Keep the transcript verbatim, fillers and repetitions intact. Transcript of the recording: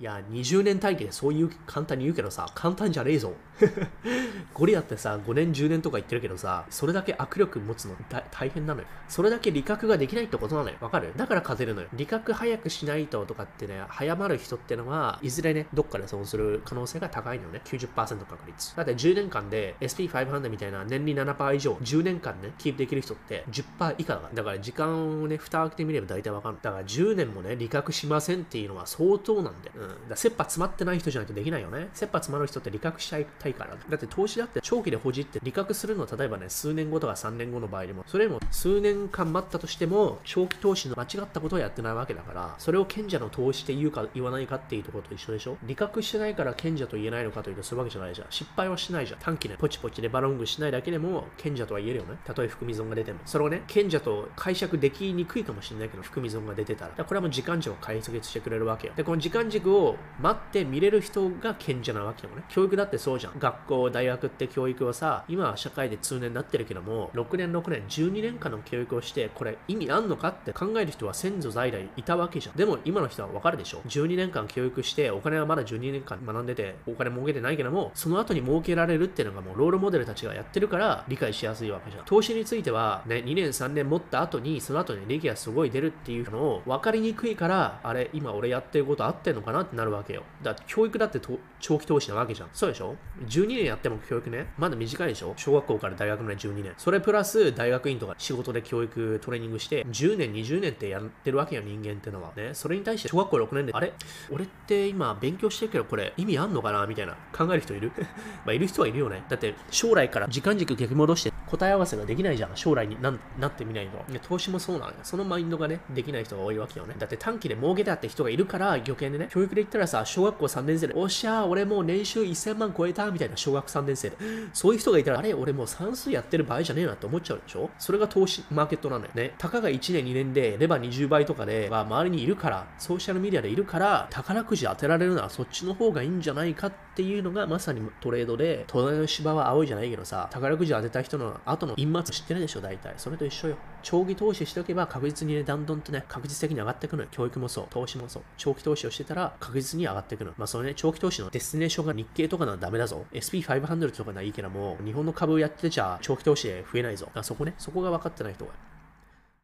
いや、にじゅうねん短期でそういう簡単に言うけどさ、簡単じゃねえぞ。ゴリラってさ、ごねんじゅうねんとか言ってるけどさ、それだけ握力持つの大変なのよ。それだけ理覚ができないってことなのよ。わかる？だから勝てるのよ。理覚早くしないととかってね、早まる人ってのは、いずれね、どっかで損する可能性が高いのね。きゅうじゅっパーセント 確率。だってじゅうねんかんで エスピーごひゃく みたいな年利 ななパーセント 以上、じゅうねんかんね、キープできる人って じゅっパーセント 以下だから。だから時間をね、蓋開けてみれば大体わかる。だからじゅうねんもね、理覚しませんっていうのは相当なんで。うん。だから切羽詰まってない人じゃないとできないよね。切羽詰まる人って理覚しちゃいたいから。だって投資だって長期で保持って理覚するのは例えばね、数年後とかさんねんごの場合でも、それも数年間待ったとしても、長期投資の間違ったことはやってないわけだから、それを賢者の投資って言うか言わないかっていうところと一緒でしょ。理覚してないから賢者と言えないのかというとそういうわけじゃないじゃん。失敗はしないじゃん。短期でポチポチでバロングしないだけでも賢者とは言えるよね。たとえ含み損が出ても。それをね、賢者と解釈できにくいかもしれないけど、含み損が出てたら。だからこれはもう時間軸を解説してくれるわけよ。で、この時間軸を待って見れる人が賢者なわけよね。教育だってそうじゃん。学校、大学って教育はさ、今は社会で通年になってるけども、ろくねんろくねん、じゅうにねんかんの教育をして、これ意味あんのかって考える人は先祖代々いたわけじゃん。でも今の人はわかるでしょ。じゅうにねんかん教育して、お金はまだじゅうにねんかん学んでて、お金儲けてないけども、その後に儲けられるっていうのがもうロールモデルたちがやってるから理解しやすいわけじゃん。投資については、ね、にねんさんねん持った後に、その後に利益がすごい出るっていうのを分かりにくいから、あれ、今俺やってること合ってんのかなってなるわけよ。だって教育だってと長期投資なわけじゃん。そうでしょ？ じゅうに 年やっても教育ね、まだ短いでしょ？小学校から大学までじゅうにねん。それプラス大学院とか仕事で教育トレーニングして、じゅうねん、にじゅうねんってやってるわけよ、人間ってのは。ね、それに対して小学校ろくねんで、あれ俺って今勉強してるけどこれ意味あんのかなみたいな考える人いる？まあいる人はいるよね。だって将来から時間軸逆戻して答え合わせができないじゃん。将来に な, なってみないと。投資もそうなのよ。そのマインドがね、できない人が多いわけよね。だって短期で儲けたって人がいるから余計にね、教育で言ったらさ、小学校さんねん生で、おっしゃー、俺もう年収せんまん超えたみたいな小学さんねん生で、そういう人がいたら、あれ、俺もう算数やってる場合じゃねえなって思っちゃうでしょ。それが投資マーケットなのよね。たかがいちねんにねんでレバーにじゅうばいとかで、まあ、周りにいるから、ソーシャルメディアでいるから、宝くじ当てられるならそっちの方がいいんじゃないかっていうのがまさにトレードで、隣の芝は青いじゃないけどさ、宝くじ当てた人の後の陰末知ってるでしょ、大体。それと一緒よ。長期投資しておけば確実にね、だんだんとね、確実的に上がっていくのよ。教育もそう、投資もそう。長期投資をしてたら確実に上がっていくの。まあそのね、長期投資のデスティネーションが日経とかならダメだぞ。エスピーごひゃく とかならいいけども、日本の株やってちゃ長期投資で増えないぞ。あそこね、そこが分かってない人が